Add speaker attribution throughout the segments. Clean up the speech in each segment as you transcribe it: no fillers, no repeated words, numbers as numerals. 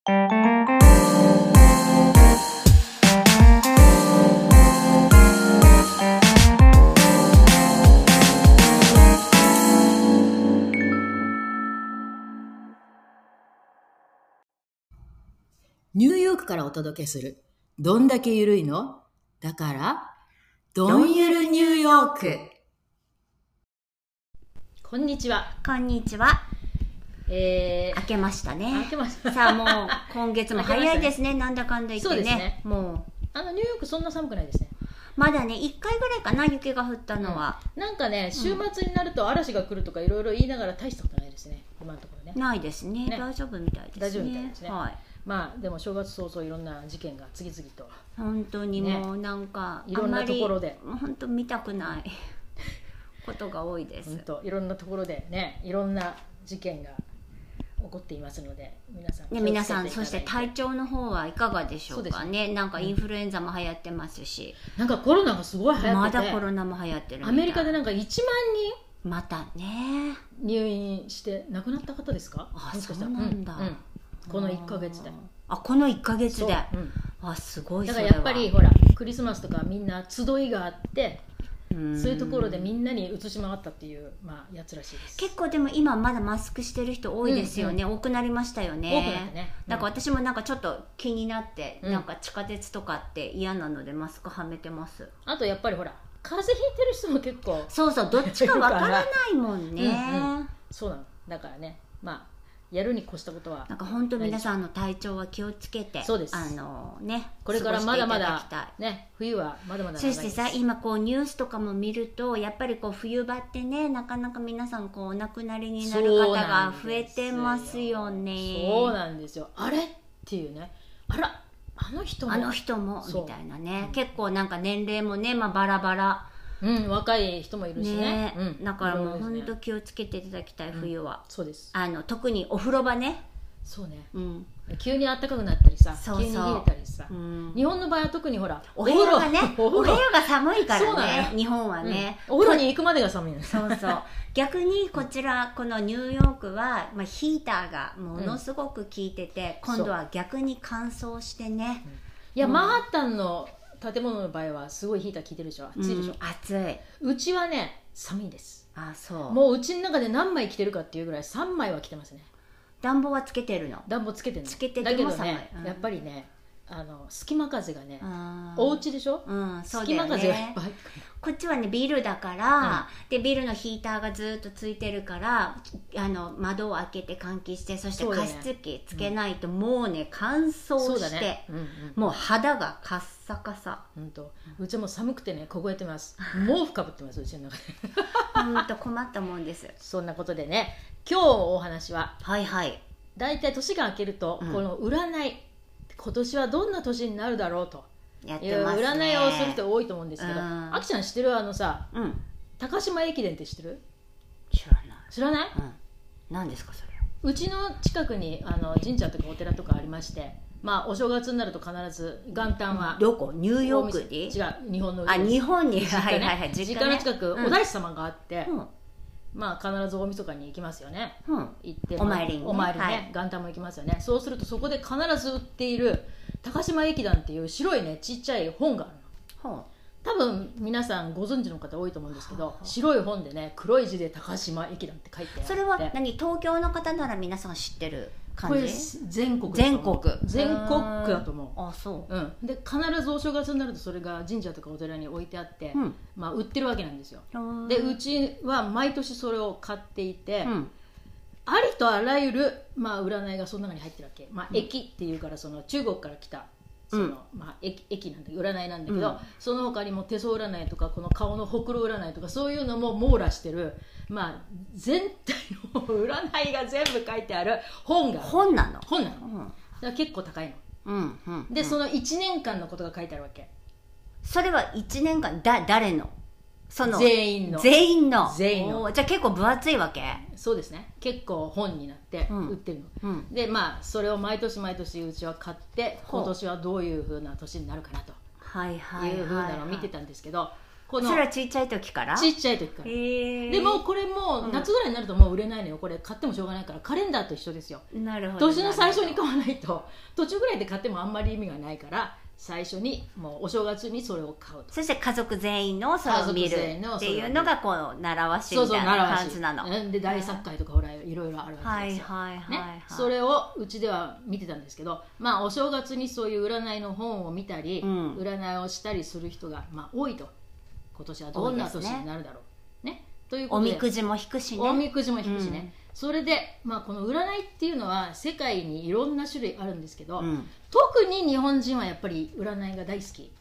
Speaker 1: ニューヨークからお届けするどんだけゆるいの？だからどんゆるニューヨーク。こんにちは。
Speaker 2: こんにちは。明けましたね。
Speaker 1: 明けました。
Speaker 2: さあもう今月も早いですね。なんだかんだ言ってね。
Speaker 1: そうですね。
Speaker 2: も
Speaker 1: うニューヨークそんな寒くないですね。
Speaker 2: まだね1回ぐらいかな、雪が降ったのは、
Speaker 1: なんかね週末になると嵐が来るとかいろいろ言いながら大したことないですね、今のところね。
Speaker 2: ないですね。大丈夫みたいですね。
Speaker 1: 大丈夫みたいですね。
Speaker 2: はい。
Speaker 1: まあでも正月早々いろんな事件が次々と
Speaker 2: 本当にもうなんか、
Speaker 1: いろんなところで
Speaker 2: 本当見たくないことが多いです。
Speaker 1: 本当いろんなところでね、いろんな事件が起こっていますので、皆さん
Speaker 2: そして体調の方はいかがでしょうかね。なんかインフルエンザも流行ってますし、
Speaker 1: なんかコロナがすごい流行ってて、
Speaker 2: まだコロナも流行ってるみたい。
Speaker 1: アメリカでなんか1万人
Speaker 2: またね
Speaker 1: 入院して亡くなった方ですか？
Speaker 2: あ、そうなんだ、
Speaker 1: この1ヶ月で。
Speaker 2: この1ヶ月で、すごい。
Speaker 1: だからやっぱりほらクリスマスとかみんな集いがあって、そういうところでみんなに移し回ったっていうやつらしいです。
Speaker 2: 結構でも今まだマスクしてる人多いですよね。多くなりましたよね。
Speaker 1: 多くなってね。
Speaker 2: なんか私もなんかちょっと気になって、なんか地下鉄とかって嫌なのでマスクはめてます。
Speaker 1: あとやっぱりほら風邪ひいてる人も結構、
Speaker 2: そうどっちかわからないもんね。
Speaker 1: そうなの。だからね、やるに越したことは
Speaker 2: なんか本当皆さんの体調は気をつけて、
Speaker 1: そうです。
Speaker 2: こ
Speaker 1: れからまだまだね、冬はまだまだ長いです。
Speaker 2: そしてさ、今こうニュースとかも見るとやっぱりこう冬場ってね、なかなか皆さんこうお亡くなりになる方が増えてますよね。
Speaker 1: そうなんですよ。あれっていうね、あの人も
Speaker 2: みたいなね、結構なんか年齢もね、バラバラ、
Speaker 1: 若い人もいるしね。
Speaker 2: だからもう本当気をつけていただきたい、冬は。
Speaker 1: そうです。
Speaker 2: 特にお風呂場ね。
Speaker 1: そうね。急に暖かくなったりさ、急に冷えたりさ。日本の場合は特にほら
Speaker 2: お部屋がね、お部屋が寒いからね、日本はね。
Speaker 1: お風呂に行くまでが寒いの。
Speaker 2: そう逆にこちらこのニューヨークはヒーターがものすごく効いてて、今度は逆に乾燥してね。
Speaker 1: いや、マンハッタンの建物の場合はすごいヒーター効いてるでしょ。暑いでしょ。
Speaker 2: 暑い。
Speaker 1: うちはね寒いです。
Speaker 2: そう。
Speaker 1: もううちの中で何枚着てるかっていうぐらい3枚は着てますね。
Speaker 2: 暖房はつけてるの？
Speaker 1: 暖房つけてるの。
Speaker 2: つけてても
Speaker 1: だけどね、やっぱりね、隙間風がね、お家でしょ。隙間風がいっぱい入ってくる。
Speaker 2: こっちはねビルだから、でビルのヒーターがずっとついてるから、窓を開けて換気して、そして加湿器つけないともうね乾燥して、もう肌がカッサカサ。
Speaker 1: うちも寒くてね凍えてます。毛布かぶってます、うちの中で。
Speaker 2: 本当困ったもんです。
Speaker 1: そんなことでね、今日お話はだいたい年が明けると、この占い、今年はどんな年になるだろうという占いをする人多いと思うんですけど、あきちゃん知ってる？高島駅伝って知ってる？知らない？
Speaker 2: 何ですかそれ？
Speaker 1: うちの近くに神社とかお寺とかありまして、お正月になると必ず元旦は、
Speaker 2: どこ？ニューヨークに？
Speaker 1: 違う、日本の
Speaker 2: 日本に
Speaker 1: 実家の近くお大師様があって、必ず大晦日に行きますよね。行って
Speaker 2: お参りに
Speaker 1: ね、元旦も行きますよね。そうするとそこで必ず売っている高島駅団っていう白いねちっちゃい本があるの。多分皆さんご存知の方多いと思うんですけど、白い本でね黒い字で高島駅団って書いてあって、
Speaker 2: それは東京の方なら皆さん知ってる感じ？
Speaker 1: これ全国だと思う。
Speaker 2: そう。
Speaker 1: で必ずお正月になるとそれが神社とかお寺に置いてあって、売ってるわけなんですよ。でうちは毎年それを買っていて、ありとあらゆる占いがその中に入ってるわけ。駅っていうからその中国から来た駅なんだ、占いなんだけど、その他にも手相占いとかこの顔のほくろ占いとかそういうのも網羅してる、全体の占いが全部書いてある本なの。だから結構高いの。でその1年間のことが書いてあるわけ。
Speaker 2: それは1年間誰の？
Speaker 1: 全員の。
Speaker 2: じゃあ結構分厚いわけ？
Speaker 1: そうですね。結構本になって売ってるの。でそれを毎年毎年うちは買って、今年はどういう風な年になるかなという風なのを見てたんですけど、 この
Speaker 2: それはちっちゃい時から
Speaker 1: ちっちゃい時から、でもこれも夏ぐらいになるともう売れないのよ。これ買ってもしょうがないから、カレンダーと一緒ですよ。
Speaker 2: なるほど。
Speaker 1: 年の最初に買わないと途中ぐらいで買ってもあんまり意味がないから、最初にもうお正月にそれを買うと。
Speaker 2: そして家族全員のそれを見るっていうのがこう習わしみたいな感じなの。
Speaker 1: で大作会とかほらいろいろあるわけですよ。それをうちでは見てたんですけど、まあお正月にそういう占いの本を見たり、占いをしたりする人がまあ多いと。今年はどんな年になるだろうね。ということで
Speaker 2: おみくじも引くしね。
Speaker 1: おみくじも引くしね。それで、まあ、この占いっていうのは世界にいろんな種類あるんですけど、特に日本人はやっぱり占いが大好き。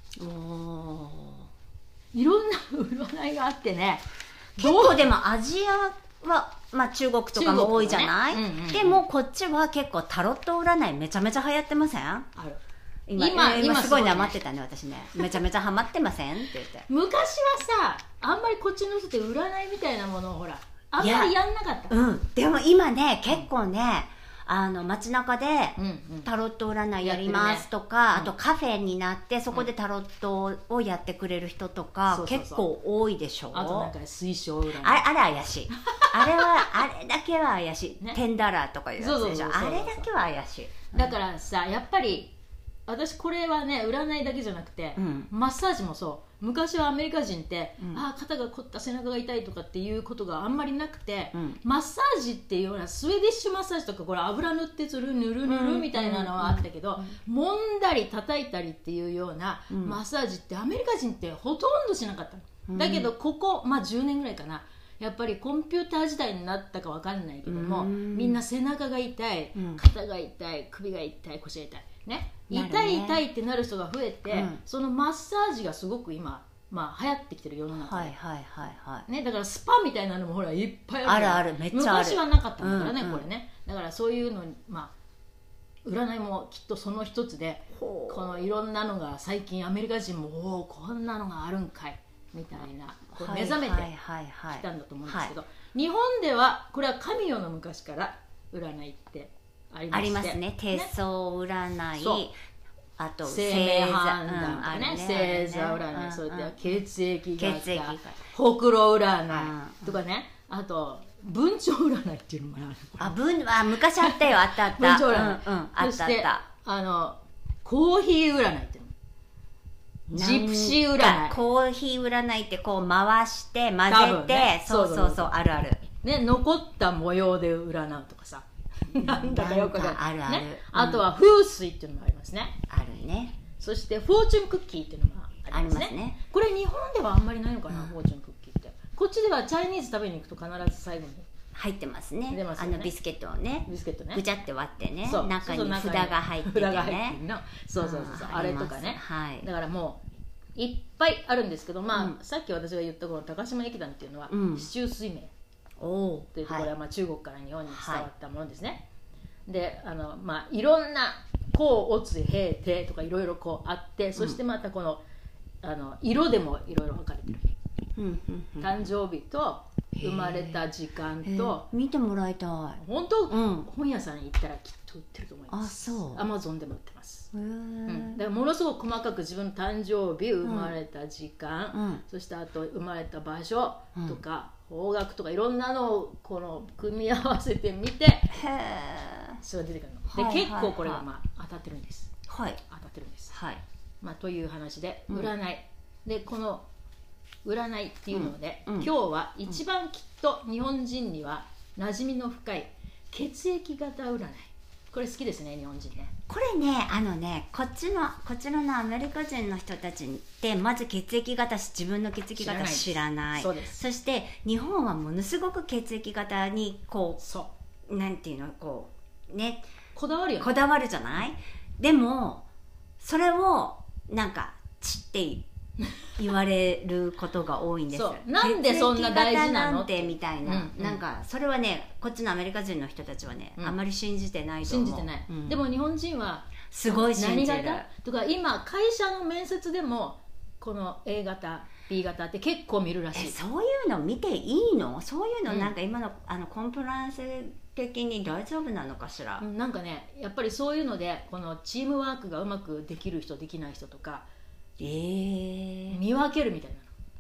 Speaker 1: いろんな占いがあってね。
Speaker 2: 結構でもアジアは、まあ、中国とかも多いじゃない、でもこっちは結構タロット占いめちゃめちゃ流行ってません？ある。今すごい黙ってたね、私ね。めちゃめちゃハマってませんって言って。
Speaker 1: 昔はさ、あんまりこっちの人って占いみたいなものをほらあんまりやんなかった。
Speaker 2: でも今ね、結構ね、街中でタロット占いやりますとか、あとカフェになってそこでタロットをやってくれる人とか結構多いでしょ。
Speaker 1: あとなんか水晶占い、
Speaker 2: あれ怪しい。あれだけは怪しい。テンダラーとかいうやつでしょ。あれだけは怪しい。
Speaker 1: だからさ、やっぱり私これはね、占いだけじゃなくて、マッサージもそう。昔はアメリカ人って、肩が凝った、背中が痛いとかっていうことがあんまりなくて、マッサージっていうようなスウェディッシュマッサージとか、これ油塗ってするぬるぬるみたいなのはあったけど、揉んだり叩いたりっていうようなマッサージってアメリカ人ってほとんどしなかったの。だけどここ、まあ、10年ぐらいかな、やっぱりコンピューター時代になったかわかんないけども、みんな背中が痛い、肩が痛い、首が痛い、腰が痛いね、痛い痛いってなる人が増えて、そのマッサージがすごく今、まあ、流行ってきてる世の中で、ね、だからスパみたいなのもほらいっぱいある。
Speaker 2: あるめっちゃある。
Speaker 1: 昔はなかったんだからね、これね。だからそういうのに、まあ、占いもきっとその一つで、このいろんなのが最近アメリカ人もおおこんなのがあるんかいみたいな、こう目覚めてきたんだと思うんですけど、日本ではこれは神代の昔から占いってありまして、
Speaker 2: ありますね。手相占い、あと
Speaker 1: 生命判断とかね、星座占い、それで血液型、ほくろ占いとかね、あと文鳥占いっていうのもある。
Speaker 2: 昔あったよ、あったあった。
Speaker 1: 文鳥占い。そしてコーヒー占いっていうの、ジプシー占い。
Speaker 2: コーヒー占いってこう回して混ぜて、そうあるある
Speaker 1: ね、残った模様で占うとかさ、なんだかよくわかんない。あとは風水っていうのもありますね。
Speaker 2: あるね。
Speaker 1: そしてフォーチュンクッキーっていうのもありますね。これ日本ではあんまりないのかな、フォーチュンクッキーって。こっちではチャイニーズ食べに行くと必ず最後に
Speaker 2: 入ってますね。ビスケットをね、ぐちゃって割ってね、中に札が入っててね。
Speaker 1: そうあれとかね。だからもういっぱいあるんですけど、まあさっき私が言ったこの高島駅団っていうのは四柱推命というと、これはまあ中国から日本に伝わったものですね。でまあ、いろんな甲乙丙丁とかいろいろこうあって、そしてまたこの色でもいろいろ分かれてる。誕生日と生まれた時間と、
Speaker 2: 見てもらいたい。
Speaker 1: 本当、本屋さんに行ったらきっと売ってると思います。アマゾンでも売ってます。だからものすごく細かく自分の誕生日、生まれた時間、そしてあと生まれた場所とか、方角とかいろんなのをこの組み合わせてみて、それが出てくるので、結構これがまあ当たってるんです。当たってるんです。まあという話で、占いで、この占いっていうので、今日は一番きっと日本人には馴染みの深い血液型占い、これ好きですね、日本人ね。
Speaker 2: これね、こっちのアメリカ人の人たちってまず血液型、自分の血液型知らない。そして日本はものすごく血液型にこう、なんていうの、こうね、
Speaker 1: こだわるよね。
Speaker 2: こだわるじゃない。でもそれをなんかって言われることが多いんです。
Speaker 1: なんでそんな大事なの
Speaker 2: ってみたいな、なんかそれはね、こっちのアメリカ人の人たちはね、あんまり信じてないと思う。
Speaker 1: 信じてない。でも日本人は
Speaker 2: すごい信じる。
Speaker 1: 何型とか、今会社の面接でもこの A 型 B 型って結構見るらしい。
Speaker 2: そういうの見ていいの？そういうのなんか今のコンプライアンス的に大丈夫なのかしら。
Speaker 1: なんかね、やっぱりそういうのでこのチームワークがうまくできる人できない人とか見分けるみたいな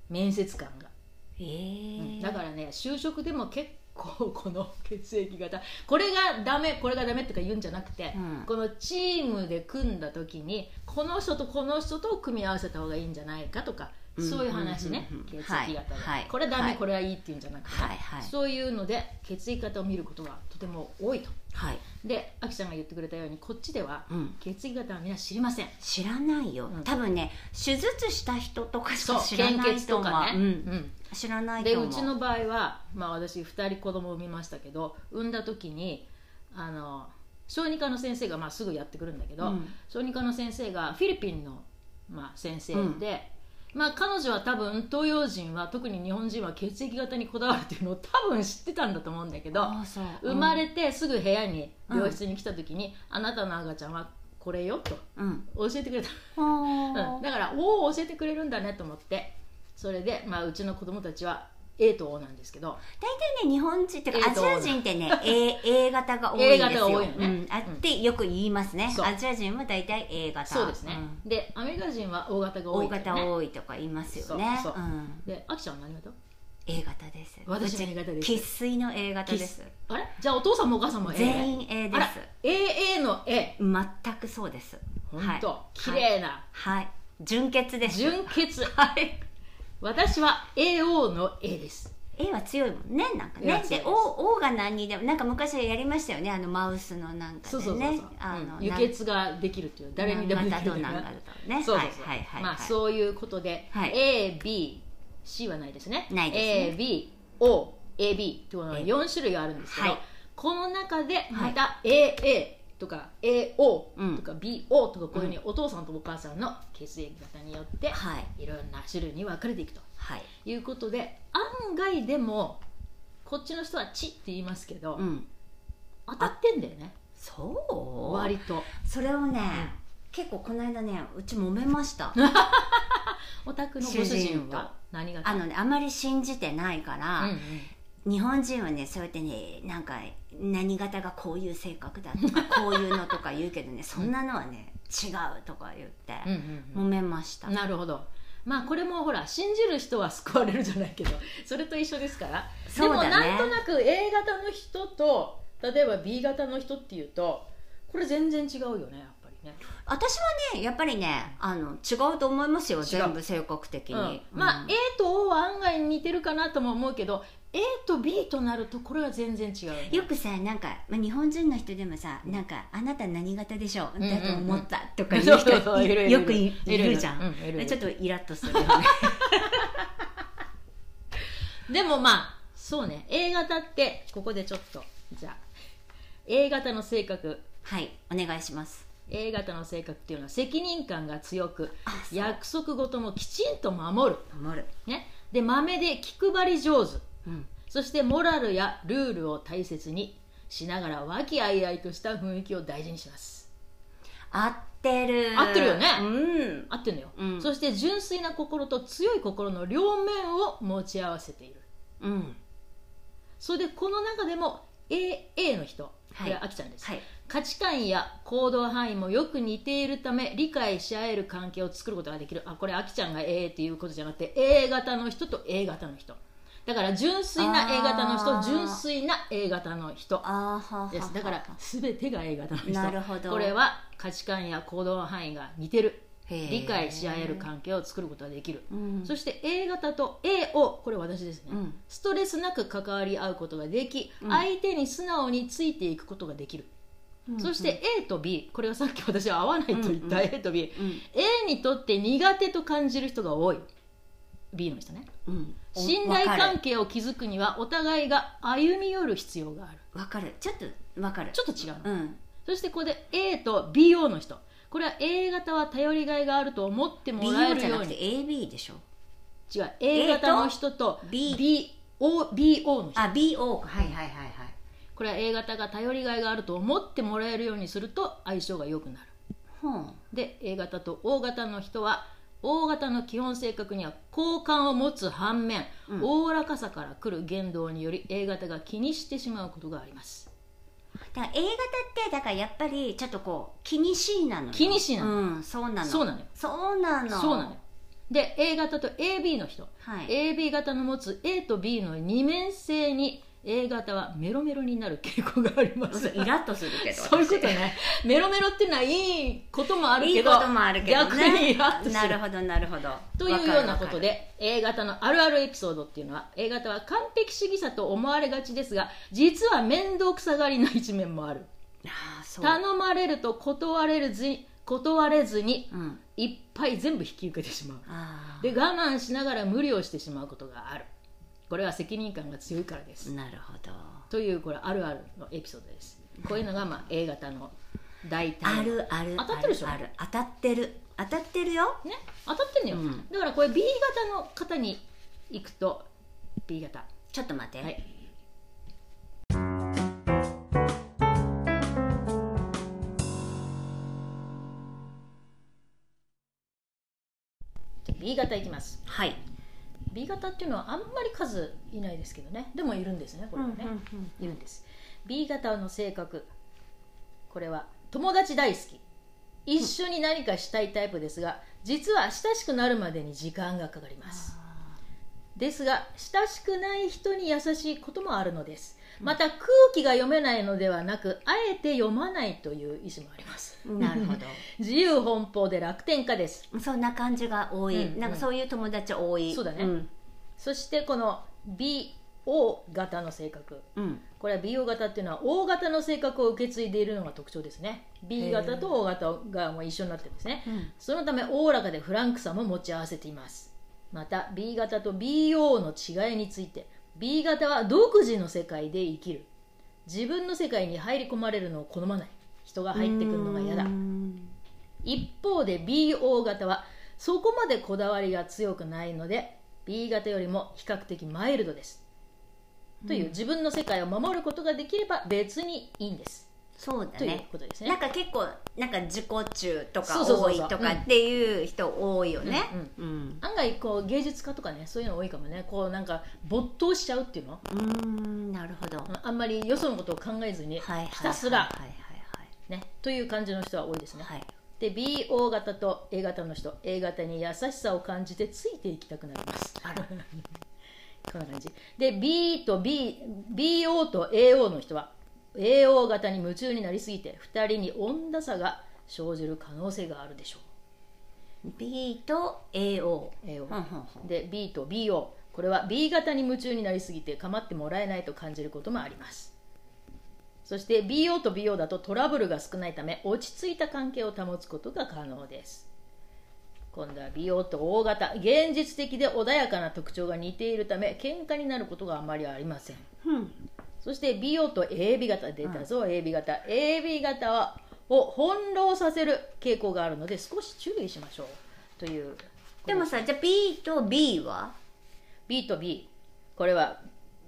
Speaker 1: 面接官が、だからね就職でも結構この血液型これがダメこれがダメとか言うんじゃなくて、このチームで組んだ時にこの人とこの人と組み合わせた方がいいんじゃないかとか、そういう話ね、血液型で、これはダメ、これはいいっていうんじゃなくて、そういうので血液型を見ることがとても多いと。で、あきちゃんが言ってくれたようにこっちでは血液型はみんな知りません。
Speaker 2: 知らないよ、多分ね手術した人とかしか知らないと思う。知らないと思う。
Speaker 1: でうちの場合は、私2人子供を産みましたけど、産んだ時に小児科の先生がすぐやってくるんだけど、小児科の先生がフィリピンの、先生で、彼女は多分東洋人は特に日本人は血液型にこだわるっていうのを多分知ってたんだと思うんだけど、生まれてすぐ部屋に病室に来た時に、あなたの赤ちゃんはこれよと教えてくれた、だから教えてくれるんだねと思って、それで、うちの子供たちは A と O なんですけど、
Speaker 2: 大体ね日本人っていうかアジア人ってね A 型が多いんですよ。 A 型が多いのね、ってよく言いますね。アジア人は大体 A 型。そうですね、
Speaker 1: でアメリカ人は O 型が多い、
Speaker 2: O 型多いとか言いますよね。
Speaker 1: であきちゃんは何型
Speaker 2: ？A 型です。
Speaker 1: 私は A 型です。
Speaker 2: 生粋の A 型です。
Speaker 1: あれじゃあお父さんもお母さんも A？
Speaker 2: 全員 A です。
Speaker 1: AA の A？
Speaker 2: 全くそうです。
Speaker 1: 本当綺麗な、
Speaker 2: 純血です。
Speaker 1: 純血。私は AO の A です。
Speaker 2: A は強いもんね、なんかね。で O が何にでもなんか昔やりましたよね、マウスのなんかでね、
Speaker 1: 輸血ができるっていう、誰にでもできるっていうね。そういうことで A、B、C はないですね。
Speaker 2: ないですね。
Speaker 1: A、B、O、AB というのは4種類あるんですけど、この中でまた AAとか AO とか BO とかこういうふうにお父さんとお母さんの血液型によっていろんな種類に分かれていくということで、案外でもこっちの人はチって言いますけど、当たってんだよね。
Speaker 2: そう
Speaker 1: 割と
Speaker 2: それをね、結構この間ねうち揉めました
Speaker 1: お宅のご主人は何型？
Speaker 2: あまり信じてないから、日本人はねそうやってねなんか何型がこういう性格だとかこういうのとか言うけどねそんなのはね違うとか言って揉めました。
Speaker 1: なるほど。これもほら信じる人は救われるじゃないけどそれと一緒ですから。でもなんとなく A 型の人と例えば B 型の人っていうとこれ全然違うよね、やっぱりね。
Speaker 2: 私はねやっぱりね違うと思いますよ、全部性格的に。
Speaker 1: A と O は案外似てるかなとも思うけど A と B となるとこれは全然違う、ね、
Speaker 2: よくさなんか、日本人の人でもさなんかあなた何型でしょう、だと思ったとかいう人よくいるじゃん。ちょっとイラッとするよね
Speaker 1: でもそうね、 A 型ってここでちょっとじゃあ A 型の性格、
Speaker 2: お願いします。
Speaker 1: A 型の性格っていうのは責任感が強く約束事もきちんと守る、ね、で豆で気配り上手、そしてモラルやルールを大切にしながら和気あいあいとした雰囲気を大事にします。
Speaker 2: 合ってる
Speaker 1: よね、合ってるのよ、そして純粋な心と強い心の両面を持ち合わせている、それでこの中でも AA の人、これはあきちゃんです、価値観や行動範囲もよく似ているため理解し合える関係を作ることができる。これあきちゃんが AA っていうことじゃなくて A 型の人と A 型の人だから、純粋な A 型の人、純粋な A 型の人です。だから全てが A 型の人。
Speaker 2: なるほど。
Speaker 1: これは価値観や行動範囲が似てる、理解し合える関係を作ることができる、そして A 型と AO、 これ私ですね、ストレスなく関わり合うことができ、相手に素直についていくことができる、そして A と B、 これはさっき私は合わないと言った A と B、A にとって苦手と感じる人が多い B の人ね、信頼関係を築くにはお互いが歩み寄る必要がある。
Speaker 2: わかる、ちょっとわかる、
Speaker 1: ちょっと違う、そしてここで A と BO の人、これは A 型は頼りがいがあると思ってもらえるように。 BO じゃなくて AB でしょ。違う、 A 型の人と BO の人。
Speaker 2: BO、
Speaker 1: これは A 型が頼りがいがあると思ってもらえるようにすると相性が良くなる、で A 型と O 型の人は O 型の基本性格には好感を持つ反面、おおらかさから来る言動により A 型が気にしてしまうことがあります。
Speaker 2: だから A 型ってだからやっぱりちょっとこう気にしいなのよ。
Speaker 1: 気にしいなの、
Speaker 2: そうなの。
Speaker 1: そうなのよ。
Speaker 2: そうなの。
Speaker 1: そうなのよ。 で A 型と AB の人、
Speaker 2: はい、
Speaker 1: AB 型の持つ A と B の二面性に A 型はメロメロになる傾向があります。
Speaker 2: イラッとするけど
Speaker 1: そういうことね。メロメロっていうのはいいこともあるけど、
Speaker 2: いいこともあるけど、ね、
Speaker 1: 逆にイラッとする。
Speaker 2: なるほどなるほど。
Speaker 1: というようなことで A 型のあるあるエピソードっていうのは、 A 型は完璧主義者と思われがちですが、実は面倒くさがりな一面もある。頼まれると断れずに、いっぱい全部引き受けてしまう。で我慢しながら無理をしてしまうことがある。これは責任感が強いからです。
Speaker 2: なるほど。
Speaker 1: というこれあるあるのエピソードです。こういうのがA 型の大体
Speaker 2: あるある
Speaker 1: 当たってるでしょ。
Speaker 2: 当たってるよ、
Speaker 1: ね、当たってるのよ、だからこれ B 型の方に行くと B 型、
Speaker 2: ちょっと待って、はい、
Speaker 1: B 型いきます。
Speaker 2: はい。
Speaker 1: B 型っていうのはあんまり数いないですけどね、でもいるんですね、これはね、いるんです。 B 型の性格、これは友達大好き、一緒に何かしたいタイプですが、実は親しくなるまでに時間がかかります。ですが親しくない人に優しいこともあるのです。また空気が読めないのではなく、あえて読まないという意思もあります。
Speaker 2: なるほど。
Speaker 1: 自由奔放で楽天家です。
Speaker 2: そんな感じが多い、なんかそういう友達多い。
Speaker 1: そうだね、そしてこの BO 型の性格、これは BO 型っていうのは O 型の性格を受け継いでいるのが特徴ですね。 B 型と O 型がもう一緒になってるんですね、そのためおおらかでフランクさも持ち合わせています。また B 型と BO の違いについて、 B 型は独自の世界で生きる。自分の世界に入り込まれるのを好まない。人が入ってくるのが嫌だ。一方で BO 型はそこまでこだわりが強くないので B 型よりも比較的マイルドです。という、自分の世界を守ることができれば別にいいんです。
Speaker 2: そうだね。
Speaker 1: ということですね。
Speaker 2: なんか結構なんか自己中とか多いとかっていう人多いよね。
Speaker 1: 案外こう芸術家とかね、そういうの多いかもね。こうなんか没頭しちゃうっていうの。
Speaker 2: なるほど。
Speaker 1: あんまりよそのことを考えずにひたすらねという感じの人は多いですね。で BO 型と A 型の人、 A 型に優しさを感じてついていきたくなります。こんな感じで BO と AO の人は AO 型に夢中になりすぎて2人に温度差が生じる可能性があるでしょう。
Speaker 2: B と AO
Speaker 1: で B と BO、 これは B 型に夢中になりすぎて構ってもらえないと感じることもあります。そして BO と BO だとトラブルが少ないため落ち着いた関係を保つことが可能です。今度は BO と O 型、現実的で穏やかな特徴が似ているため喧嘩になることがあまりありません。そして BO と AB 型、出たぞ、AB 型を翻弄させる傾向があるので少し注意しましょうという。
Speaker 2: でもさ、じゃあ B と B は
Speaker 1: B と B、 これは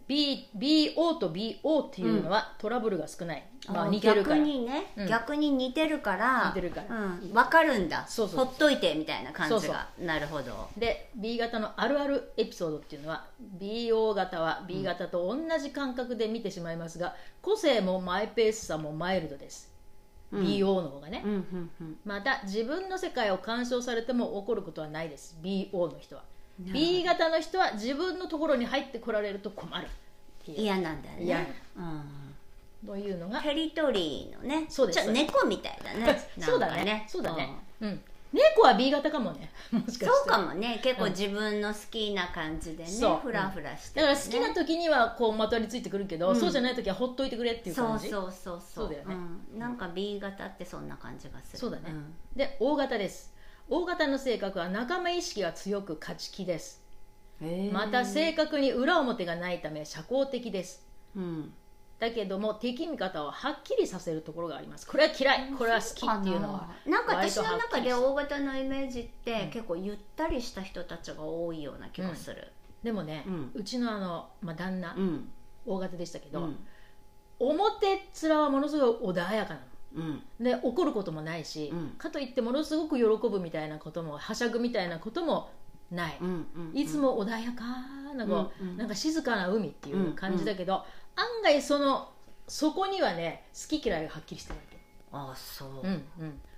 Speaker 1: BO と BO っていうのはトラブルが少ない、似てるから。
Speaker 2: 逆にね、逆に似てるから分かるんだ。ほっといてみたいな感じが。なるほど。
Speaker 1: で B 型のあるあるエピソードっていうのは BO 型は B 型と同じ感覚で見てしまいますが、個性もマイペースさもマイルドです、BO の方がね。また自分の世界を干渉されても怒ることはないです、 BO の人は。B 型の人は自分のところに入ってこられると困る、
Speaker 2: 嫌なんだね。
Speaker 1: というのが
Speaker 2: テリトリーのね。
Speaker 1: そうです。
Speaker 2: 猫みたいだね。
Speaker 1: そうだね。そうだね。猫は B 型かもね。もしかして。
Speaker 2: そうかもね。結構自分の好きな感じでね、フラフラして。
Speaker 1: だから好きな時にはこうまとわりついてくるけど、そうじゃない時はほっといてくれっていう感じ。そうだよね。
Speaker 2: なんか B 型ってそんな感じがする。
Speaker 1: そうだね。で O 型です。O 型の性格は仲間意識が強く勝ち気です。また性格に裏表がないため社交的です。だけども敵味方をはっきりさせるところがあります。これは嫌い、これは好きっていうのは。
Speaker 2: なんか私の中で O 型のイメージって結構ゆったりした人たちが多いような気がする。
Speaker 1: でもね、うちの旦那、O 型でしたけど、表っ面はものすごい穏やかなの。で怒ることもないし、かといってものすごく喜ぶみたいなこともはしゃぐみたいなこともない、いつも穏やかななんか静かな海っていう感じだけど、案外そこにはね好き嫌いがはっきりしてるわけ。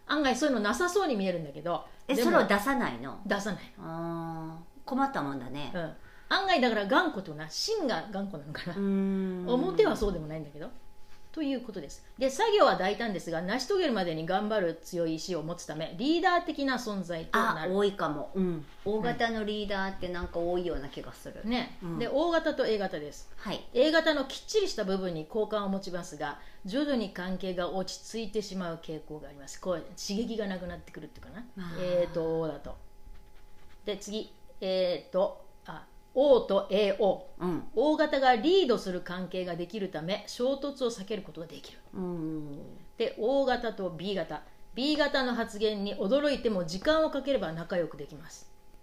Speaker 1: 案外そういうのなさそうに見えるんだけど、
Speaker 2: それを出さないの？
Speaker 1: 出さない。
Speaker 2: 困ったもんだね。
Speaker 1: 案外だから頑固とな、芯が頑固なのかな。表はそうでもないんだけど。ということです。で、作業は大胆ですが、成し遂げるまでに頑張る強い意志を持つため、リーダー的な存在となる。
Speaker 2: 多いかも。大型のリーダーってなんか多いような気がする。
Speaker 1: ね。で、O 型と A 型です。
Speaker 2: はい。
Speaker 1: A 型のきっちりした部分に好感を持ちますが、徐々に関係が落ち着いてしまう傾向があります。こう刺激がなくなってくるっていうかな。O だと。で、次。O と AO、O 型がリードする関係ができるため衝突を避けることができる。で O 型と B 型、 B 型の発言に驚いても時間をかければ仲良くできます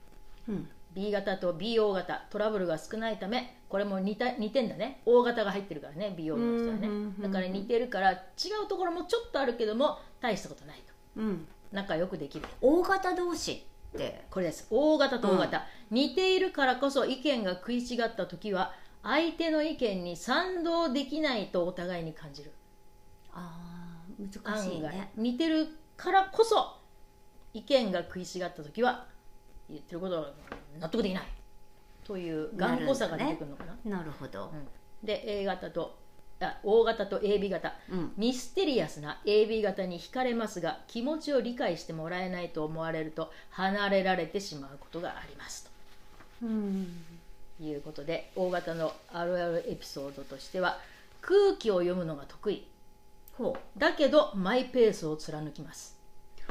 Speaker 1: 。B 型と BO 型、トラブルが少ないため、これも似てんだね。 O 型が入ってるからね、 BO の人はね。だから似てるから違うところもちょっとあるけども大したことないと、仲良くできる。
Speaker 2: O 型同士って
Speaker 1: これです。 O 型と O 型、似ているからこそ意見が食い違った時は相手の意見に賛同できないとお互いに感じる。
Speaker 2: 難しいね。
Speaker 1: 似てるからこそ意見が食い違った時は言ってることは納得できないという頑固さが出てくるのかな。
Speaker 2: なるほど。
Speaker 1: で A 型とO 型と AB 型、ミステリアスな AB 型に惹かれますが、気持ちを理解してもらえないと思われると離れられてしまうことがありますということで、 O 型のあるあるエピソードとしては、空気を読むのが得意だけどマイペースを貫きます。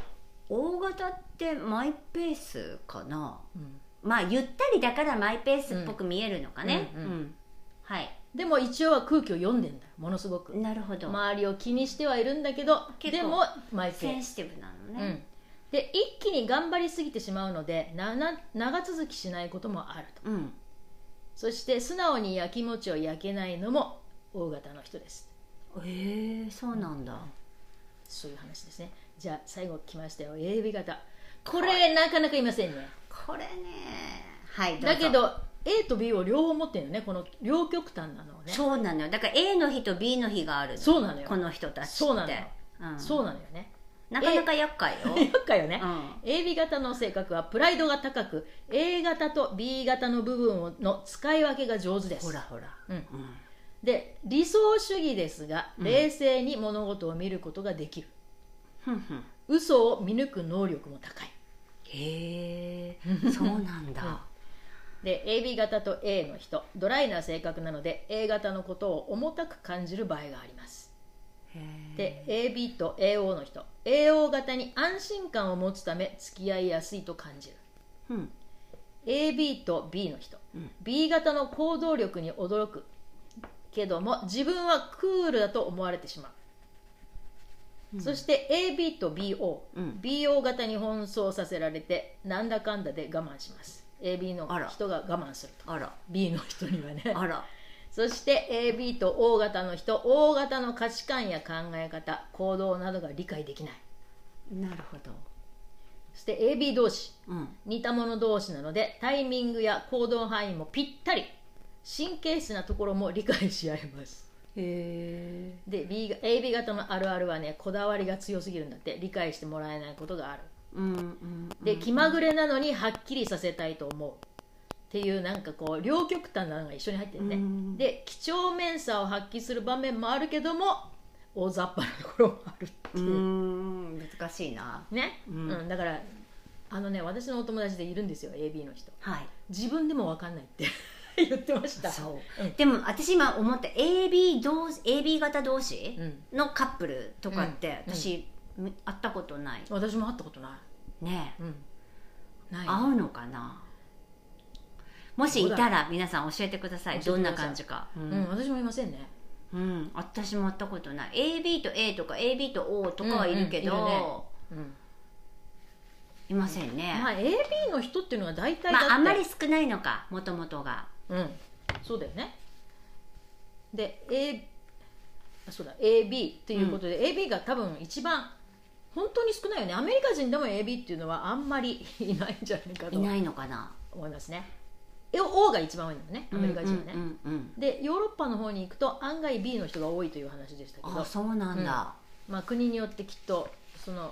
Speaker 2: O 型ってマイペースかな。まあゆったりだからマイペースっぽく見えるのかね。はい。
Speaker 1: でも一応は空気を読んでんだよ、ものすごく。
Speaker 2: なるほど。
Speaker 1: 周りを気にしてはいるんだけど、でもマイペース、
Speaker 2: センシティブなのね。
Speaker 1: で一気に頑張りすぎてしまうので長続きしないこともあると。そして素直にやきもちを焼けないのも O 型の人です。
Speaker 2: そうなんだ。
Speaker 1: そういう話ですね。じゃあ最後来ましたよ、 AB 型。これなかなかいませんね。
Speaker 2: これね、はい、どうぞ。
Speaker 1: だけどA と B を両方持ってるよね、この両極端なのをね。
Speaker 2: そうなのよ。だから A の日と B の日があるの。
Speaker 1: そうなのよ、
Speaker 2: この人たちって。
Speaker 1: そうなのよ、そうなのよね。
Speaker 2: なかなか厄介よ。
Speaker 1: 厄介よね。AB 型の性格はプライドが高く、 A 型と B 型の部分の使い分けが上手です。
Speaker 2: ほらほら。
Speaker 1: で理想主義ですが、冷静に物事を見ることができる。嘘を見抜く能力も高い。
Speaker 2: へえ、そうなんだ。
Speaker 1: で AB 型と A の人、ドライな性格なので A 型のことを重たく感じる場合があります。で AB と AO の人、 AO 型に安心感を持つため付き合いやすいと感じる。AB と B の人、B 型の行動力に驚くけども自分はクールだと思われてしまう。そして AB と BO、BO 型に奔走させられてなんだかんだで我慢します。 AB の人が我慢すると、B の人にはね。そして AB と O 型の人、O 型の価値観や考え方、行動などが理解できない。
Speaker 2: なるほど。
Speaker 1: そして AB 同士、似た者同士なのでタイミングや行動範囲もぴったり、神経質なところも理解し合えます。で AB 型のあるあるはね、こだわりが強すぎるんだって。理解してもらえないことがある。で気まぐれなのにはっきりさせたいと思うっていう、なんかこう両極端なのが一緒に入ってるね。で几帳面さを発揮する場面もあるけども大雑把なところもあるっていう。
Speaker 2: 難しいな
Speaker 1: ね。だから私のお友達でいるんですよ、 AB の人。自分でも分かんないって言ってました。
Speaker 2: でも私今思った AB 型同士のカップルとかって私会ったことない。
Speaker 1: 私も会ったことない
Speaker 2: ね。会うのかな。もしいたら皆さん教えてください、どんな感じか。
Speaker 1: 私もいませんね。
Speaker 2: 私も会ったことない。 AB と A とか AB と O とかはいるけど、いませんね。
Speaker 1: AB の人っていうのは大体だって、
Speaker 2: あんまり少ないのか、もともとが。
Speaker 1: そうだよね。で そうだ AB っていうことで、AB が多分一番本当に少ないよね。アメリカ人でも AB っていうのはあんまりいないんじゃないかと。
Speaker 2: いないのかな、
Speaker 1: 思いますね。O が一番多いのね、アメリカ人はね。でヨーロッパの方に行くと案外 B の人が多いという話でしたけど。
Speaker 2: そうなんだ。
Speaker 1: 国によってきっとその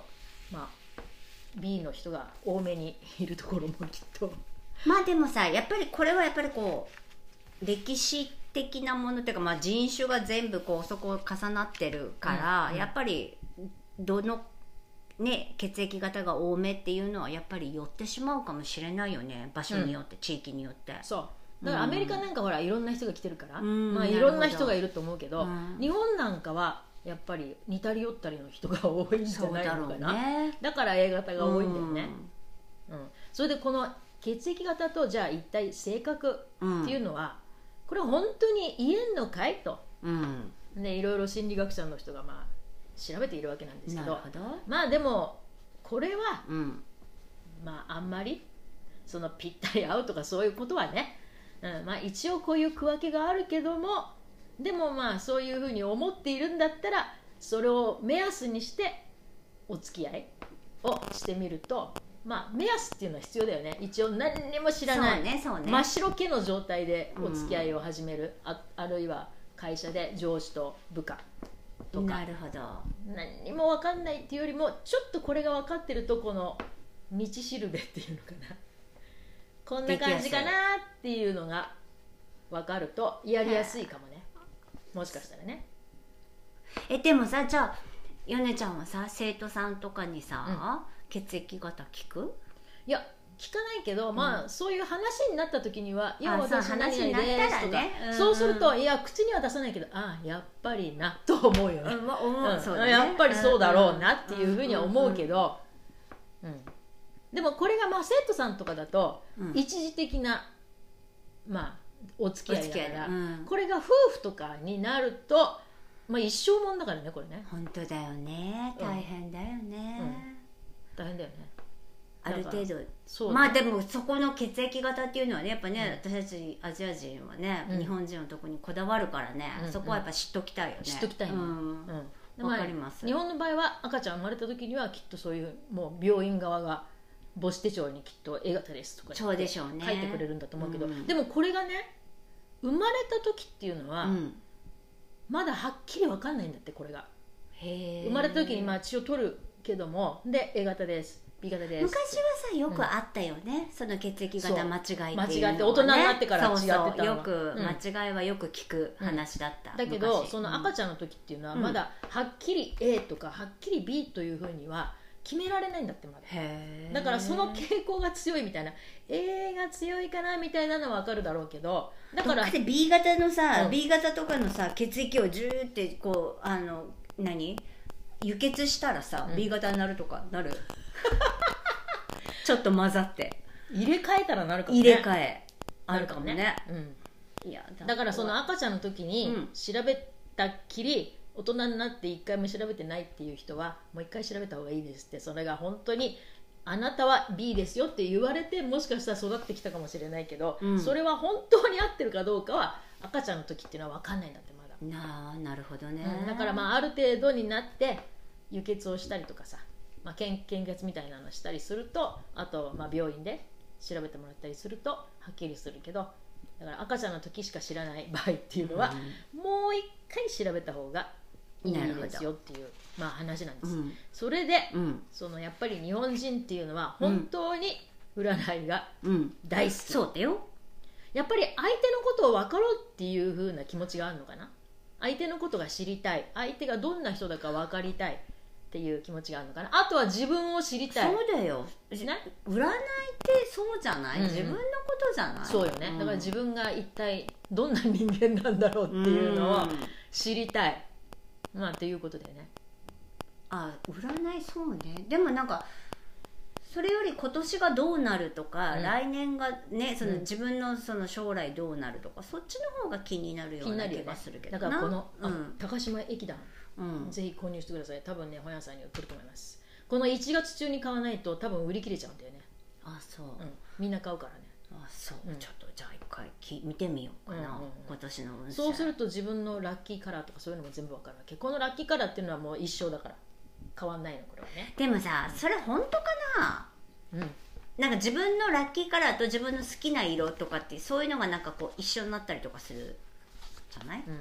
Speaker 1: まあ B の人が多めにいるところもきっと
Speaker 2: まあでもさ、やっぱりこれはやっぱりこう歴史的なものっていうか、まあ、人種が全部こうそこ重なってるから、やっぱりどのね血液型が多めっていうのはやっぱり寄ってしまうかもしれないよね、場所によって、地域によって。
Speaker 1: そうだからアメリカなんかほらいろんな人が来てるから、まあいろんな人がいると思うけど、日本なんかはやっぱり似たり寄ったりの人が多いんじゃないのかな。 だから A 型が多いんだよね、それでこの血液型とじゃあ一体性格っていうのは、これは本当に言えんのかいと、ね、いろいろ心理学者の人がまあ調べているわけなんですけど、まあでもこれは、まああんまりそのぴったり合うとかそういうことはね、まあ一応こういう区分けがあるけども、でもまあそういうふうに思っているんだったらそれを目安にしてお付き合いをしてみると、まあ目安っていうのは必要だよね。一応何にも知らない、真っ白けの状態でお付き合いを始める、あるいは会社で上司と部下とか、
Speaker 2: なるほど、
Speaker 1: 何にも分かんないっていうよりもちょっとこれが分かってると、この道しるべっていうのかな、こんな感じかなっていうのが分かるとやりやすいかもね、もしかしたらね。
Speaker 2: でもさ、じゃあヨネちゃんはさ、生徒さんとかにさ、血液型聞く？
Speaker 1: いや聞かないけど、まあそういう話になった時には、いや私何々ですとか、そうするといや口には出さないけど、あやっぱりなと思うよね、やっぱりそうだろうなっていうふうには思うけど、でもこれがまあ生徒さんとかだと一時的なまあお付き合いだから、これが夫婦とかになると、まあ一生もんだからね、これね。
Speaker 2: 本当だよね、大変だよね、
Speaker 1: 大変だよね。
Speaker 2: ある程度
Speaker 1: そう、ね、
Speaker 2: まあでもそこの血液型っていうのはね、やっぱね、私たちアジア人はね、日本人のとこにこだわるからね、そこはやっぱ知っときたいよね。
Speaker 1: 知っときたいね、
Speaker 2: わかります。
Speaker 1: 日本の場合は赤ちゃん生まれた時にはきっとそういうもう病院側が母子手帳にきっと A 型ですとか
Speaker 2: そうでしょうね、
Speaker 1: 書いてくれるんだと思うけど、でもこれがね生まれた時っていうのは、まだはっきり分かんないんだって。これが生まれた時にまあ血を取るけども、で A 型です B 型です。
Speaker 2: 昔はさよくあったよね、その血液型間違いっていうのは、ね、
Speaker 1: 間違って大人になってから違ってたのは、
Speaker 2: よく間違いはよく聞く話だった、
Speaker 1: だけどその赤ちゃんの時っていうのはまだはっきり A とかはっきり B というふうには決められないんだって。まだだからその傾向が強いみたいな、 A が強いかなみたいなのは分かるだろうけど、だから
Speaker 2: B 型のさ、B 型とかのさ血液をジューってこう輸血したらさ、B 型になるとかなるちょっと混ざって
Speaker 1: 入れ替えたらなるかもね。
Speaker 2: 入れ替えあるかもね、
Speaker 1: いやだからその赤ちゃんの時に調べたっきり、大人になって1回も調べてないっていう人はもう1回調べた方がいいですって。それが本当にあなたは B ですよって言われて、もしかしたら育ってきたかもしれないけど、それは本当に合ってるかどうかは赤ちゃんの時っていうのは分かんないんだって。まだ
Speaker 2: なるほどね、
Speaker 1: だからまあある程度になって輸血をしたりとかさ、まあ、献血みたいなのしたりすると、あとまあ病院で調べてもらったりするとはっきりするけど、だから赤ちゃんの時しか知らない場合っていうのは、もう一回調べた方がいいですよっていう、まあ、話なんです、それで、そのやっぱり日本人っていうのは本当に占いが大好き、
Speaker 2: そうだよ。
Speaker 1: やっぱり相手のことを分かろうっていう風な気持ちがあるのかな。相手のことが知りたい、相手がどんな人だか分かりたいっていう気持ちがあるのかな。あとは自分を知りたい。
Speaker 2: そうだよ、占いってそうじゃない、自分のことじゃない。
Speaker 1: そうよね、だから自分が一体どんな人間なんだろうっていうのを知りたい、まあということでね。
Speaker 2: 占いそうね。でもなんかそれより今年がどうなるとか、来年がね、その自分のその将来どうなるとか、そっちの方が気になるような気がするけどな。
Speaker 1: だからこの、高島液団、ぜひ購入してください。多分ね本屋さんに売ってると思います。この1月中に買わないと多分売り切れちゃうんだよね。
Speaker 2: そう、
Speaker 1: みんな買うからね。
Speaker 2: そう、ちょっとじゃあ一回見てみようかな、今年の運勢。
Speaker 1: そうすると自分のラッキーカラーとかそういうのも全部わかるわけ。このラッキーカラーっていうのはもう一生だから変わんないの、これはね。
Speaker 2: でもさ、それ本当かな。なんか自分のラッキーカラーと自分の好きな色とかって、そういうのがなんかこう一緒になったりとかするじゃない、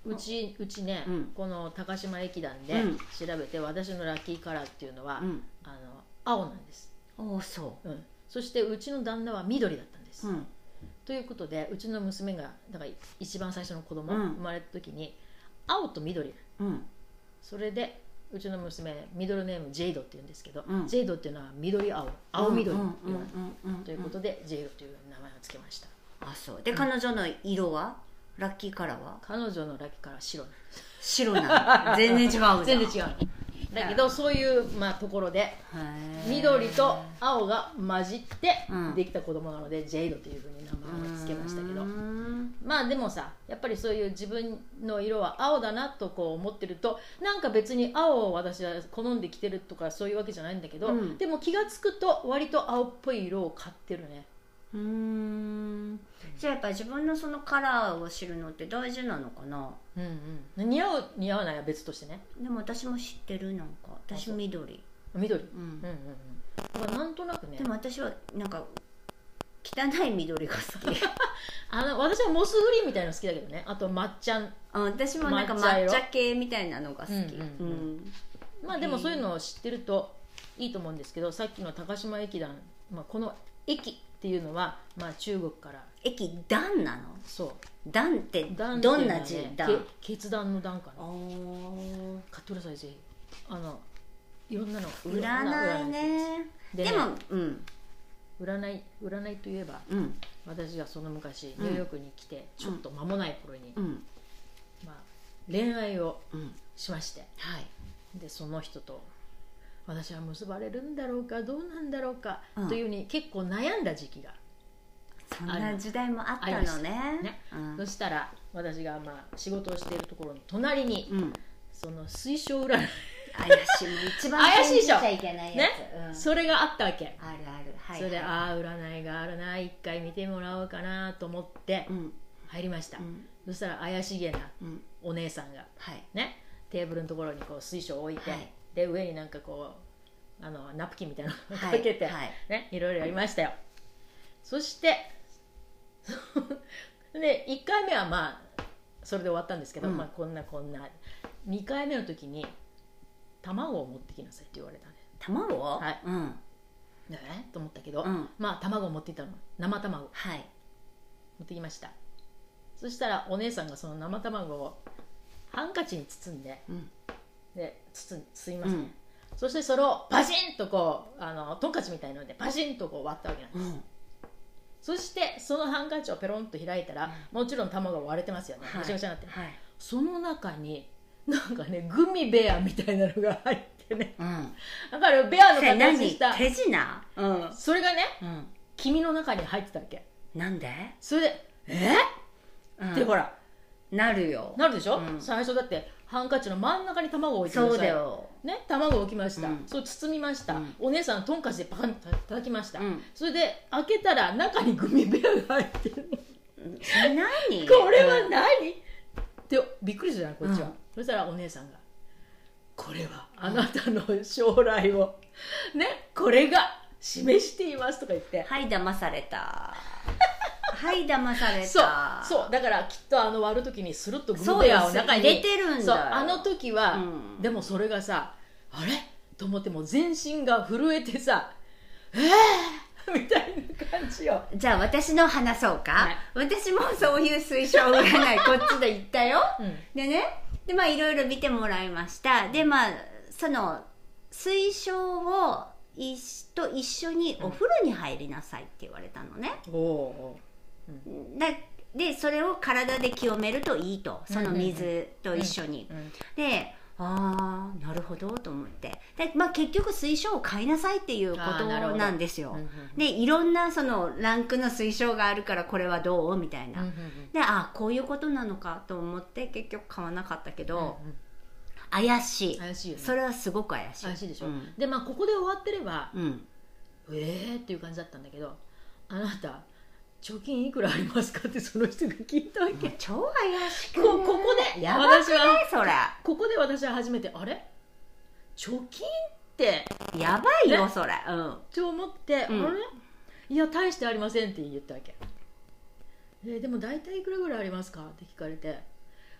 Speaker 1: うちね、この高島駅団で調べて、私のラッキーカラーっていうのは、青なんです。
Speaker 2: そう、
Speaker 1: そしてうちの旦那は緑だったんです、ということで、うちの娘がだから一番最初の子供、生まれた時に青と緑、それでうちの娘ミドルネームジェイドっていうんですけど、ジェイドっていうのは緑青緑ということでジェイドという名前を付けました。
Speaker 2: そうで、彼女の色はラッキーカラーは？
Speaker 1: 彼女のラッキーカラーは白なんです。
Speaker 2: 白なの全然違うじゃん。
Speaker 1: 全然違う。だけどそういう、ところで緑と青が混じってできた子供なので、ジェイドというふうに名前を付けましたけど、でもさ、やっぱりそういう自分の色は青だなとこう思ってると、なんか別に青を私は好んで着てるとかそういうわけじゃないんだけど、でも気が付くと割と青っぽい色を買ってるね。
Speaker 2: じゃあやっぱり自分のそのカラーを知るのって大事なのかな。
Speaker 1: 似合う似合わないは別としてね。
Speaker 2: でも私も知ってる、なんか私緑、
Speaker 1: なんとなくね。
Speaker 2: でも私はなんか汚い緑が好き
Speaker 1: 私はモスグリーンみたいなの好きだけどね。あと抹茶、
Speaker 2: 私もなんか抹茶系みたいなのが好き。
Speaker 1: でもそういうのを知ってるといいと思うんですけど、さっきの高島駅団、この駅っていうのは、中国から
Speaker 2: 駅団なの。
Speaker 1: そう、
Speaker 2: 団ってどんな字？団、
Speaker 1: 決断の団かな。買ってくださいぜひ。いろんなの
Speaker 2: 占いね。でも
Speaker 1: 占いといえば、私がその昔ニューヨークに来てちょっと間もない頃に、恋愛をしまして、でその人と私は結ばれるんだろうかどうなんだろうか、というふうに結構悩んだ時期が
Speaker 2: そんな時代もあったのね。
Speaker 1: そしたら私が仕事をしているところの隣に、その水晶占い
Speaker 2: 怪しい、一番信じちゃいけないやつ、
Speaker 1: それがあったわけ。
Speaker 2: あるある、
Speaker 1: それで占いがあるな、一回見てもらおうかなと思って入りました。そしたら怪しげなお姉さんが、テーブルのところにこう水晶を置いて、で上になんかこうナプキンみたいなのをかけて、いろいろやりましたよ。そしてで1回目はそれで終わったんですけど、こんな2回目の時に卵を持ってきなさいって言われたね。
Speaker 2: 卵？
Speaker 1: と思ったけど、卵を持っていたの、生卵、持ってきました。そしたらお姉さんがその生卵をハンカチに包んで、で包みますね。そしてそれをパシンとこうトンカチみたいのでパシンとこう割ったわけなんです。そしてそのハンカチをペロンと開いたら、もちろん卵が割れてますよね。ぐちゃぐちゃになって、その中になんかね、グミベアみたいなのが入ってね、だからベアの形した
Speaker 2: 手品、
Speaker 1: それがね、黄身の中に入ってたわけ。
Speaker 2: なんで？
Speaker 1: それでってほら
Speaker 2: なるよ。
Speaker 1: なるでしょ、最初だってハンカチの真ん中に卵を置いてください。
Speaker 2: そうだよ
Speaker 1: ね、卵を置きました、そう包みました、お姉さんトンカチでパンと叩きました、それで開けたら中にグミベアが入ってるの。
Speaker 2: 何
Speaker 1: これは何ってびっくりするじゃんこっちは、そしたらお姉さんがこれはあなたの将来をね、これが示していますとか言って、
Speaker 2: はい騙されたはい騙された。
Speaker 1: そうだからきっと割る時にスルッとグミベアを中に
Speaker 2: 入れてるんだよ。
Speaker 1: あの時は、でもそれがさ、あれと思っても全身が震えてさ、みたいな感じよ。
Speaker 2: じゃあ私の話そうか、私もそういう水晶占いこっちで行ったよ、でね、でいろいろ見てもらいました。でその水晶をと一緒にお風呂に入りなさいって言われたのね、でそれを体で清めるといいと、その水と一緒に、でなるほどと思って、で、結局水晶を買いなさいっていうことなんですよ。でいろんなそのランクの水晶があるからこれはどうみたいな、でこういうことなのかと思って結局買わなかったけど、怪しいよね。それはすごく怪しい。
Speaker 1: 怪しいでしょ、でここで終わってれば、っていう感じだったんだけど、あなた貯金いくらありますかってその人が聞いたわけ。
Speaker 2: 超怪しく、
Speaker 1: ここで
Speaker 2: やばくないそれ。
Speaker 1: ここで私は初めてあれ貯金って
Speaker 2: やばいよ、それ
Speaker 1: と思って、あれいや大してありませんって言ったわけ。でも大体いくらぐらいありますかって聞かれて、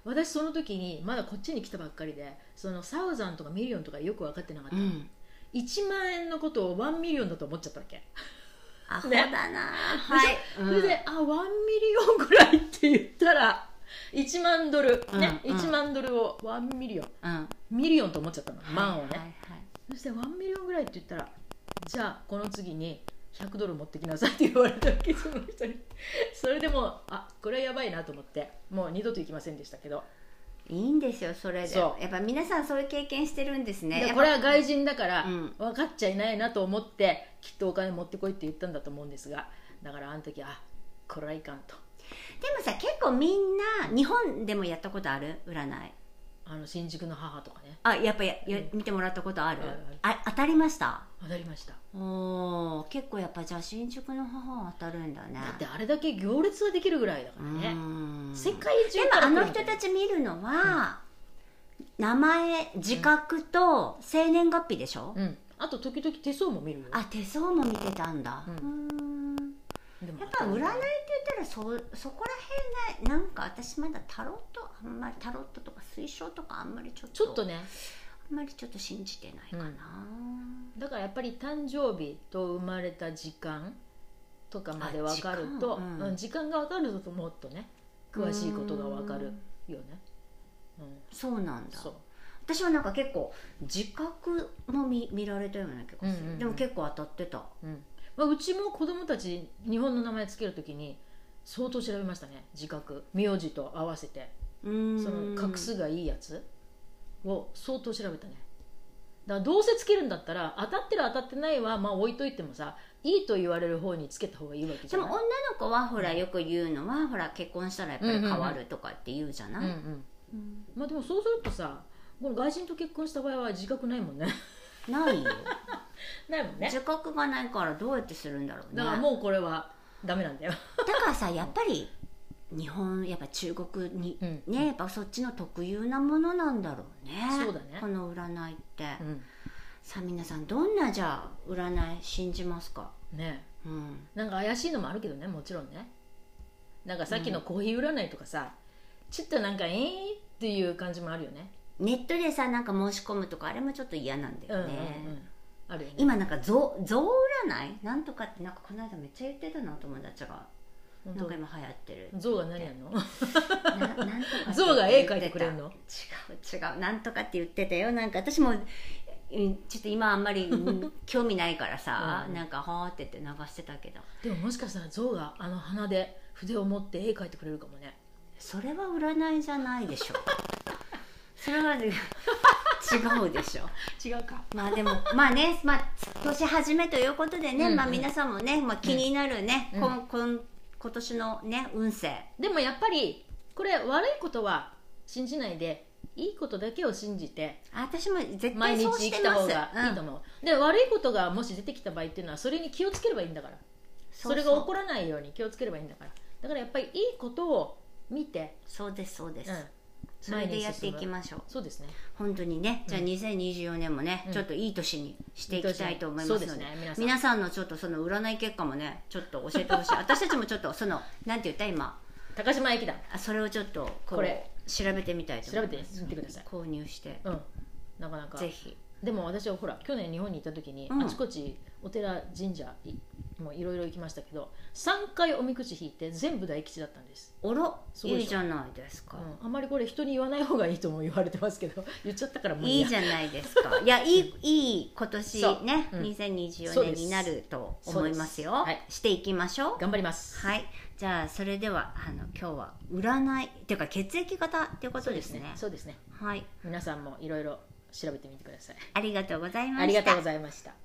Speaker 1: 私その時にまだこっちに来たばっかりで、そのサウザンとかミリオンとかよく分かってなかった、1万円のことを1ミリオンだと思っちゃったわけ。
Speaker 2: アホだな、はい、
Speaker 1: それで、1ミリオンぐらいって言ったら1万ドル、1万ドルを1ミリオン、ミリオンと思っちゃったの、万をね、そして1ミリオンぐらいって言ったら、じゃあこの次に100ドル持ってきなさいって言われたわけ、その人に。それでもこれはやばいなと思って、もう二度と行きませんでしたけど。
Speaker 2: いいんですよ、それで。やっぱ皆さんそういう経験してるんですね。
Speaker 1: これは外人だから分かっちゃいないなと思って、きっとお金持ってこいって言ったんだと思うんですが、だからあの時これはいかんと。
Speaker 2: でもさ、結構みんな日本でもやったことある？占い。
Speaker 1: 新宿の母とかね。
Speaker 2: やっぱ見てもらったことある？当たりました？
Speaker 1: 当たりました。
Speaker 2: 結構やっぱじゃあ新宿の母は当たるんだね。
Speaker 1: だってあれだけ行列ができるぐらいだからね。世界中
Speaker 2: でもあの人たち見るのは、名前、自覚と生年月日でしょ。
Speaker 1: あと時々手相も見るよ。
Speaker 2: 手相も見てたんだ。やっぱ占いって言ったらそこら辺がなんか、私まだタロットとか推奨とかあんまりちょっとね、あんまりちょっと信じてないかな、
Speaker 1: だからやっぱり誕生日と生まれた時間とかまで分かると、時間が分かるともっとね詳しいことが分かるよね。
Speaker 2: そうなんだ。私はなんか結構自覚も 見られたような気がする、でも結構当たってた。
Speaker 1: うちも子供たち日本の名前つけるときに相当調べましたね。自覚、名字と合わせて、その画数がいいやつを相当調べたね。だからどうせつけるんだったら、当たってる当たってないは置いといてもさ、いいと言われる方につけた方がいいわけじゃない。
Speaker 2: でも女の子はほらよく言うのは、ほら結婚したらやっぱり変わるとかって言うじゃない。
Speaker 1: でもそうするとさ、この外人と結婚した場合は自覚ないもんね。
Speaker 2: ないよ。
Speaker 1: ないもんね。
Speaker 2: 自覚がないからどうやってするんだろうね。
Speaker 1: だからもうこれはダメなんだよ。
Speaker 2: だからさ、やっぱり日本、やっぱ中国にね、やっぱそっちの特有なものなんだろうね。
Speaker 1: そうだね。
Speaker 2: この占いって、さあ皆さんどんなじゃあ占い信じますかね。
Speaker 1: なんか怪しいのもあるけどね、もちろんね。なんかさっきのコーヒー占いとかさ、ちょっとなんかっていう感じもあるよね。
Speaker 2: ネットでさ、なんか申し込むとか、あれもちょっと嫌なんだよね。
Speaker 1: あるよね。
Speaker 2: 今なんか象占いなんとかって、なんかこの間めっちゃ言ってたな、友達が。なんか今流行ってる。
Speaker 1: 象が何やんの？
Speaker 2: なんとか
Speaker 1: 象が絵描いてくれるの？
Speaker 2: 違う、なんとかって言ってたよ。なんか私もちょっと今あんまり興味ないからさ、なんかはーって言って流してたけど。
Speaker 1: でももしかしたら象が鼻で筆を持って絵描いてくれるかもね。
Speaker 2: それは占いじゃないでしょ。それは違うでしょ。
Speaker 1: 違うか。
Speaker 2: でも年始めということでね、皆さんもね、気になるね、今年のね運勢。
Speaker 1: でもやっぱりこれ悪いことは信じないで、いいことだけを信じて、
Speaker 2: 私も絶
Speaker 1: 毎日
Speaker 2: 対そう
Speaker 1: 生きた
Speaker 2: してます。
Speaker 1: 方がいいと思う。で、悪いことがもし出てきた場合っていうのは、それに気をつければいいんだから。それが起こらないように気をつければいいんだから。だからやっぱりいいことを見て、
Speaker 2: そうです、それでやっていきましょう。
Speaker 1: そうですね。
Speaker 2: 本当にね、じゃあ2024年もね、ちょっといい年にしていきたいと思いますので、皆さんのちょっとその占い結果もね、ちょっと教えてほしい。私たちもちょっとそのなんて言った今、
Speaker 1: 高島駅だ。
Speaker 2: それをちょっとこれ調べてみたいと思います。
Speaker 1: 調べてみてください。
Speaker 2: 購入して、
Speaker 1: なかなか
Speaker 2: ぜひ。
Speaker 1: でも私はほら去年日本に行った時に、あちこちお寺神社もいろいろ行きましたけど、3回おみくじ引いて全部大吉だったんです。
Speaker 2: いいじゃないですか。
Speaker 1: あんまりこれ人に言わない方がいいとも言われてますけど、言っちゃったからもう
Speaker 2: いいじゃないですか。いや、いい今年ね、2024年になると思いますよ。していきましょう。
Speaker 1: 頑張ります。
Speaker 2: はい。じゃあそれでは今日は占いっていうか血液型っていうことですね。
Speaker 1: そうですね。
Speaker 2: はい。
Speaker 1: 皆さんもいろいろ調べてみてください。
Speaker 2: ありがとうございました。
Speaker 1: ありがとうございました。